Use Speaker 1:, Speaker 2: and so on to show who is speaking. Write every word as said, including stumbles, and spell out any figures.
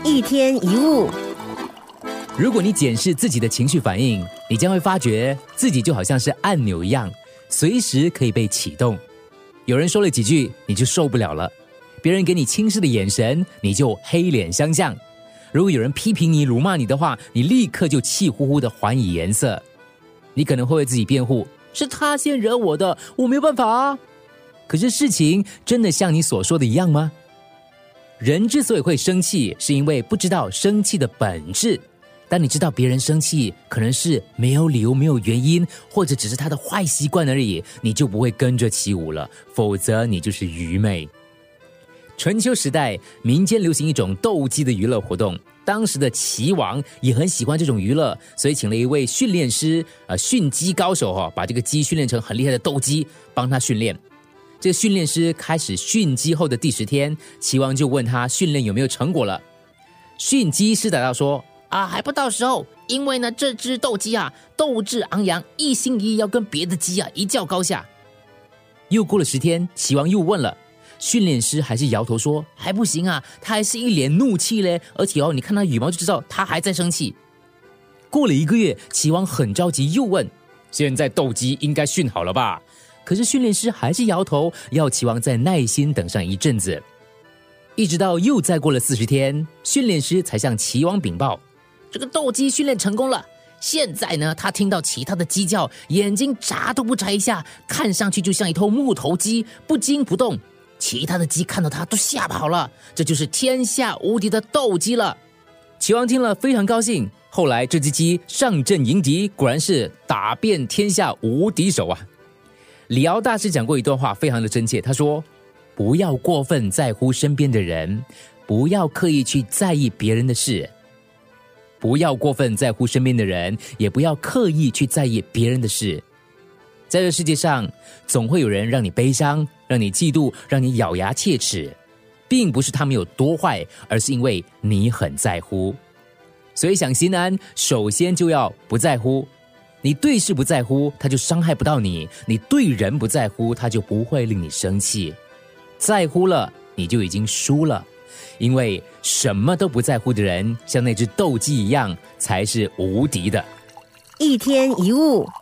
Speaker 1: 一天一物。
Speaker 2: 如果你检视自己的情绪反应，你将会发觉自己就好像是按钮一样，随时可以被启动。有人说了几句，你就受不了了；别人给你轻视的眼神，你就黑脸相向；如果有人批评你、辱骂你的话，你立刻就气呼呼的还以颜色。你可能会为自己辩护，是他先惹我的，我没有办法啊。可是事情真的像你所说的一样吗？人之所以会生气，是因为不知道生气的本质。当你知道别人生气可能是没有理由、没有原因，或者只是他的坏习惯而已，你就不会跟着起舞了，否则你就是愚昧。春秋时代，民间流行一种斗鸡的娱乐活动，当时的齐王也很喜欢这种娱乐，所以请了一位训练师，呃，训鸡高手哈、哦，把这个鸡训练成很厉害的斗鸡，帮他训练。这个训练师开始训鸡后的第十天，齐王就问他训练有没有成果了。训鸡师答道说：啊，还不到时候，因为呢，这只斗鸡啊，斗志昂扬，一心一意要跟别的鸡啊一较高下。又过了十天，齐王又问了，训练师还是摇头说：还不行啊，他还是一脸怒气嘞，而且哦，你看他羽毛就知道他还在生气。过了一个月，齐王很着急，又问：现在斗鸡应该训好了吧？可是训练师还是摇头，要齐王再耐心等上一阵子。一直到又再过了四十天，训练师才向齐王禀报，这个斗鸡训练成功了。现在呢，他听到其他的鸡叫，眼睛眨都不眨一下，看上去就像一头木头鸡，不惊不动。其他的鸡看到他都吓跑了，这就是天下无敌的斗鸡了。齐王听了非常高兴，后来这只鸡上阵迎敌，果然是打遍天下无敌手啊。李敖大师讲过一段话，非常的真切，他说：不要过分在乎身边的人，不要刻意去在意别人的事。不要过分在乎身边的人，也不要刻意去在意别人的事。在这世界上，总会有人让你悲伤，让你嫉妒，让你咬牙切齿，并不是他们有多坏，而是因为你很在乎。所以想心安，首先就要不在乎。你对事不在乎，他就伤害不到你；你对人不在乎，他就不会令你生气。在乎了，你就已经输了。因为什么都不在乎的人，像那只斗鸡一样，才是无敌的。
Speaker 1: 一天一物。